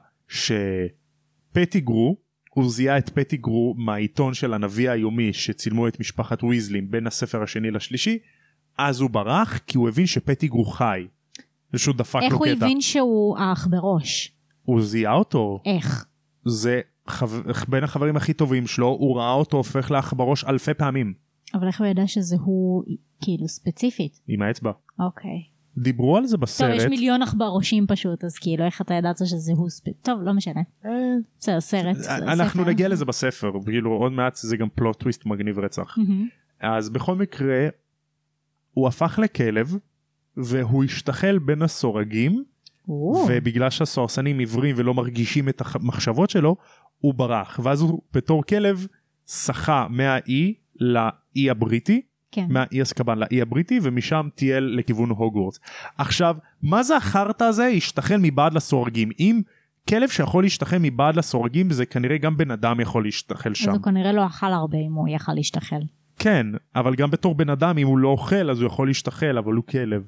שפטיגרו, הוא זיהה את פטיגרו מהעיתון של הנביא היומי שצילמו את משפחת ויזלים בין הספר השני לשלישי, אז הוא ברח כי הוא הבין שפטיגרו חי. ושהוא דפק לו קטע. איך הוא הבין שהוא האח בראש? הוא זיהה אותו. איך? זה חבר... בין החברים הכי טובים שלו, הוא ראה אותו הופך לאח בראש אלפי פעמים. אבל איך הוא ידע שזה הוא כאילו ספציפית? עם האצבע. אוקיי. דיברו על זה בסרט. טוב, יש מיליון אח בראשים פשוט, אז כאילו איך אתה ידעת שזה הוא ספציפית? טוב, לא משנה. בסדר, סרט. אנחנו נגיע לזה בספר, כאילו עוד מעט זה גם פלוט טוויסט מגניב רצח. אז בכל מקרה, הוא הפך לכלב, והוא השתחל בין הסורגים, ובגלל שהסוהרסנים עיוורים ולא מרגישים את המחשבות שלו, הוא ברח, ואז הוא בתור כלב שחה מהאי לאי הבריטי, כן. מהאי אזקבאן לאי הבריטי, ומשם טייל לכיוון הוגוורטס. עכשיו, מה זה החרטא הזה? השתחל מבעד לסורגים. אם כלב שיכול להשתחל מבעד לסורגים, זה כנראה גם בן אדם יכול להשתחל שם. אז הוא כנראה לא אכל הרבה אם הוא יכל להשתחל. כן, אבל גם בתור בן אדם, אם הוא לא אוכל, אז הוא יכול להשתחל, אבל הוא כלב.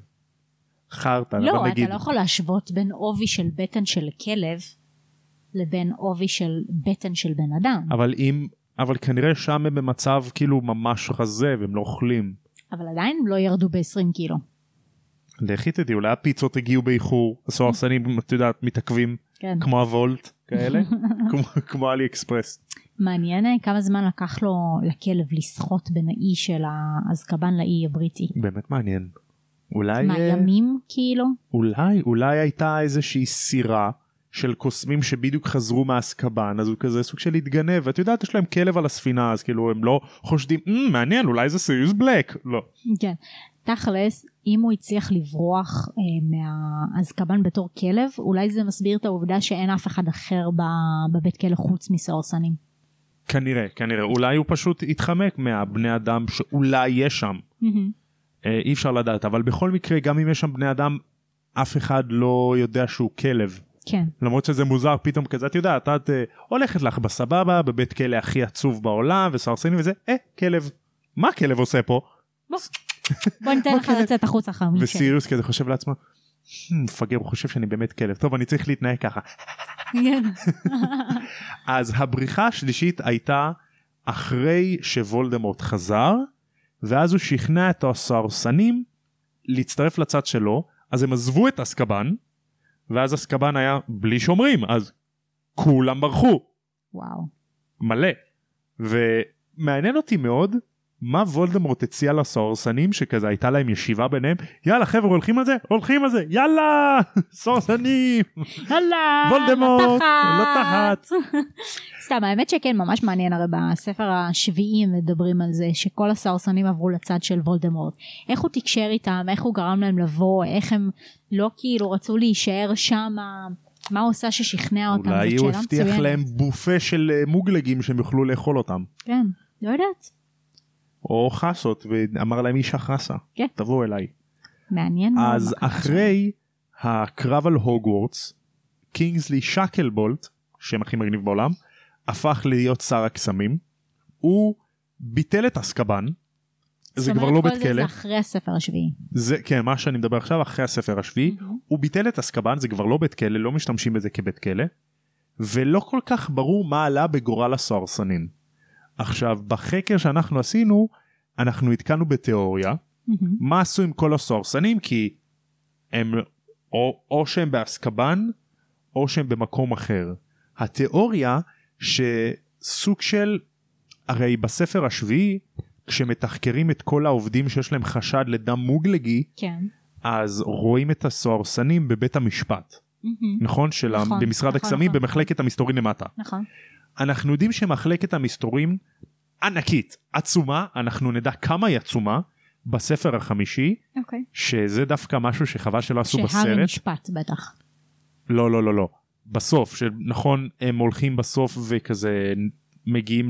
חרטא, לא, אבל נגיד... אתה לא יכול להשוות בין עובי של בטן של כלב, לבין עובי של בטן של בן אדם. אבל אם... אבל כנראה שם הם במצב כאילו ממש רזה, והם לא אוכלים. אבל עדיין הם לא ירדו ב-עשרים קילו. לכי תדעי, אולי הפיצות הגיעו באיחור, הסוהרסנים, את יודעת, מתעכבים, כן. כמו הוולט, כאלה, כמו, כמו אלי אקספרס. מעניין כמה זמן לקח לו לכלב לשחות בין האי של האזקבאן לאי הבריטי. באמת מעניין. אולי... מה, ימים כאילו? אולי, אולי הייתה איזושהי סירה, של קוסמים שבדיוק חזרו מהאזקבאן, אז הוא כזה סוג של להתגנב, ואת יודעת, יש להם כלב על הספינה, אז כאילו הם לא חושדים, mm, מעניין, אולי זה סיריוס בלק, לא. כן, תכלס, אם הוא הצליח לברוח אה, מהאזקבאן בתור כלב, אולי זה מסביר את העובדה שאין אף אחד אחר בבית כלא חוץ מסוהרסנים. כנראה, כנראה, אולי הוא פשוט התחמק מהבני אדם שאולי יש שם. Mm-hmm. אה, אי אפשר לדעת, אבל בכל מקרה, גם אם יש שם בני אדם, אף אחד לא יודע שהוא כלב. כן. למרות שזה מוזר פתאום כזה, את יודעת, את uh, הולכת לך בסבבה, בבית כלא הכי עצוב בעולם, וסוהרסנים וזה, אה, כלב. מה כלב עושה פה? בוא, בוא ניתן לך לצאת החוץ אחר. וסיריוס כזה חושב לעצמו, מפגר, הוא חושב שאני באמת כלב, טוב, אני צריך להתנהג ככה. אז הבריחה השלישית הייתה אחרי שוולדמורט חזר, ואז הוא שכנע את הסוהרסנים להצטרף לצד שלו, אז הם עזבו את אזקבאן, ואז אזקבאן היה בלי שומרים, אז כולם ברחו. וואו. מלא. ומעניין אותי מאוד, מה וולדמורט הציע לסוהרסנים, שכזה הייתה להם ישיבה ביניהם, יאללה חבר'ה הולכים על זה, הולכים על זה, יאללה, סוהרסנים. יאללה, וולדמורט, לא תחת. סתם, האמת שכן, ממש מעניין, הרי בספר השביעי מדברים על זה, שכל הסוהרסנים עברו לצד של וולדמורט. איך הוא תקשר איתם, איך הוא גרם להם לבוא, איך הם לא כאילו רצו להישאר שם, מה הוא עושה ששכנע אותם? אולי הוא הבטיח להם בופה של מוגלגים שהם יוכלו לאכול אותם. כן, לא יודעת. או חסות, ואמר להם אישה חסה. כן. תבואו אליי. מעניין. אז אחרי הקרב על הוגוורטס, קינגסלי שקלבולט, שם הכי מגניב בעולם, הפך להיות שר הקסמים. הוא ביטל את אזקבאן. זה כבר לא בית כלא. זה אחרי הספר השביעי. זה, כן, מה שאני מדבר עכשיו, אחרי הספר השביעי, הוא ביטל את אזקבאן, זה כבר לא בית כלא, לא משתמשים בזה כבית כלא, ולא כל כך ברור מה עלה בגורל הסוהרסנים. עכשיו, בחקר שאנחנו עשינו, אנחנו התקנו בתיאוריה, mm-hmm. מה עשו עם כל הסוהרסנים, כי הם או, או שהם באזקבאן, או שהם במקום אחר. התיאוריה שסוג של, הרי בספר השביעי, כשמתחקרים את כל העובדים שיש להם חשד לדם מוגלגי, כן. אז רואים את הסוהרסנים בבית המשפט. Mm-hmm. נכון? של נכון, במשרד נכון, הקסמים, נכון, במחלקת נכון. המסתורים למטה. נכון. אנחנו יודעים שמחלקת המסתורים ענקית, עצומה, אנחנו נדע כמה היא עצומה, בספר החמישי, okay. שזה דווקא משהו שחבל שלא עשו בסרט. שהרי משפט בטח. לא, לא, לא, לא. בסוף, שנכון, הם הולכים בסוף וכזה מגיעים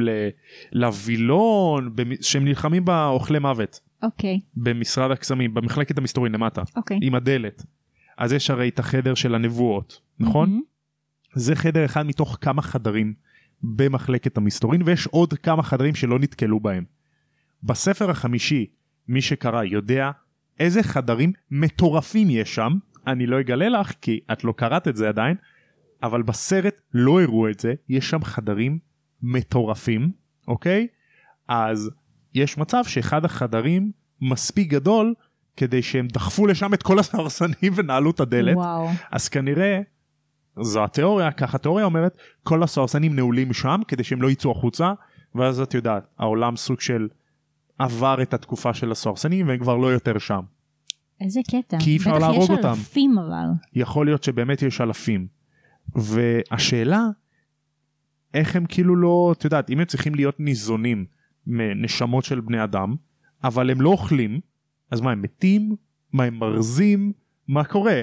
לווילון, שהם נלחמים באוכלי מוות. אוקיי. Okay. במשרד הקסמים, במחלקת המסתורים למטה. אוקיי. Okay. עם הדלת. אז יש הרי את החדר של הנבואות, נכון? Mm-hmm. זה חדר אחד מתוך כמה חדרים במחלקת המסתורים, ויש עוד כמה חדרים שלא נתקלו בהם. בספר החמישי, מי שקרא יודע איזה חדרים מטורפים יש שם, אני לא אגלה לך כי את לא קראת את זה עדיין, אבל בסרט לא הראו את זה, יש שם חדרים מטורפים, אוקיי? אז יש מצב שאחד החדרים מספיק גדול, כדי שהם דחפו לשם את כל הסוהרסנים ונעלו את הדלת, וואו. אז כנראה, זו התיאוריה, ככה התיאוריה אומרת, כל הסוהרסנים נעולים שם, כדי שהם לא יצאו החוצה, ואז את יודעת, העולם סוג של עבר את התקופה של הסוהרסנים, והם כבר לא יותר שם. איזה קטע. כי אי אפשר להרוג אותם. בטח יש אלפים אבל. יכול להיות שבאמת יש אלפים. והשאלה, איך הם כאילו לא, את יודעת, אם הם צריכים להיות ניזונים מנשמות של בני אדם, אבל הם לא אוכלים, אז מה, הם מתים? מה, הם מרזים? מה קורה?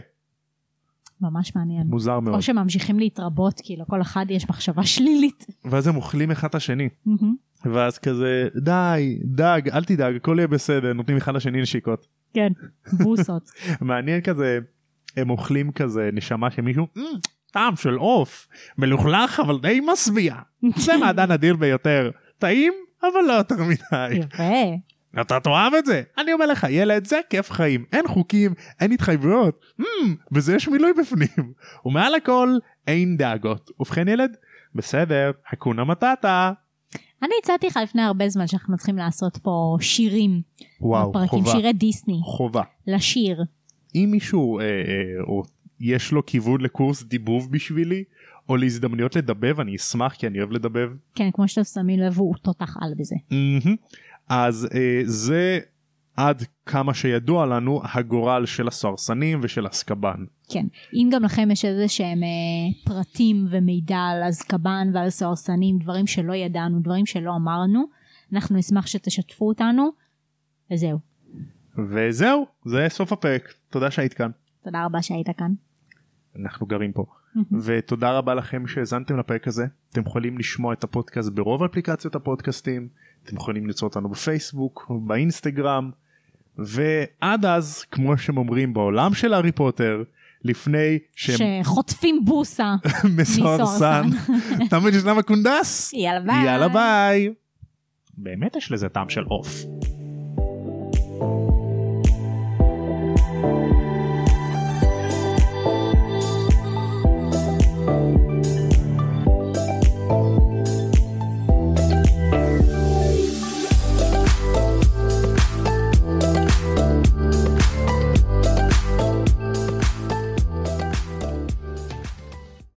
ממש מעניין. מוזר מאוד. או שממשיכים להתרבות, כי לכל אחד יש מחשבה שלילית. ואז הם אוכלים אחד את השני. ואז כזה, די, דג, אל תדאג, הכל יהיה בסדר, נותנים אחד לשני נשיקות. כן, בוסות. מעניין כזה, הם אוכלים כזה נשמה שמישהו, טעם של עוף, מלוכלך אבל די משביע. זה מעדן אדיר ביותר. טעים, אבל לא יותר מדי. יפה. אתה תאהב את זה. אני אומר לך, ילד, זה כיף חיים. אין חוקים, אין התחייבויות. וזה יש מילוי בפנים. ומעל הכל, אין דאגות. ובכן ילד, בסדר, hakuna matata. אני הצעתי לך לפני הרבה זמן שאנחנו צריכים לעשות פה שירים. וואו, בפרקים, חובה. שירי דיסני. חובה. לשיר. אם מישהו, אה, אה, או יש לו כיוון לקורס דיבוב בשבילי, או להזדמנויות לדבב, אני אשמח כי אני אוהב לדבב. כן, כמו שאתם שמים לב, הוא תותח על בזה. אז אה, זה עד כמה שידוע לנו הגורל של הסוהרסנים ושל אזקבאן. כן, אם גם לכם יש איזה שהם אה, פרטים ומידע על אזקבאן ועל סוהרסנים, דברים שלא ידענו, דברים שלא אמרנו, אנחנו נשמח שתשתפו אותנו, וזהו. וזהו, זה סוף הפרק. תודה שהיית כאן. תודה רבה שהיית כאן. אנחנו גרים פה. ותודה רבה לכם שהזנתם לפרק הזה. אתם יכולים לשמוע את הפודקאסט ברוב אפליקציות הפודקאסטים, אתם יכולים למצוא אותנו בפייסבוק, באינסטגרם, ועד אז, כמו שהם אומרים בעולם של הארי פוטר, לפני שהם שחוטפים בוסה מסוהרסן, תמיד ישנם הקונדס. יאללה ביי. יאללה ביי. באמת יש לזה טעם של עוף.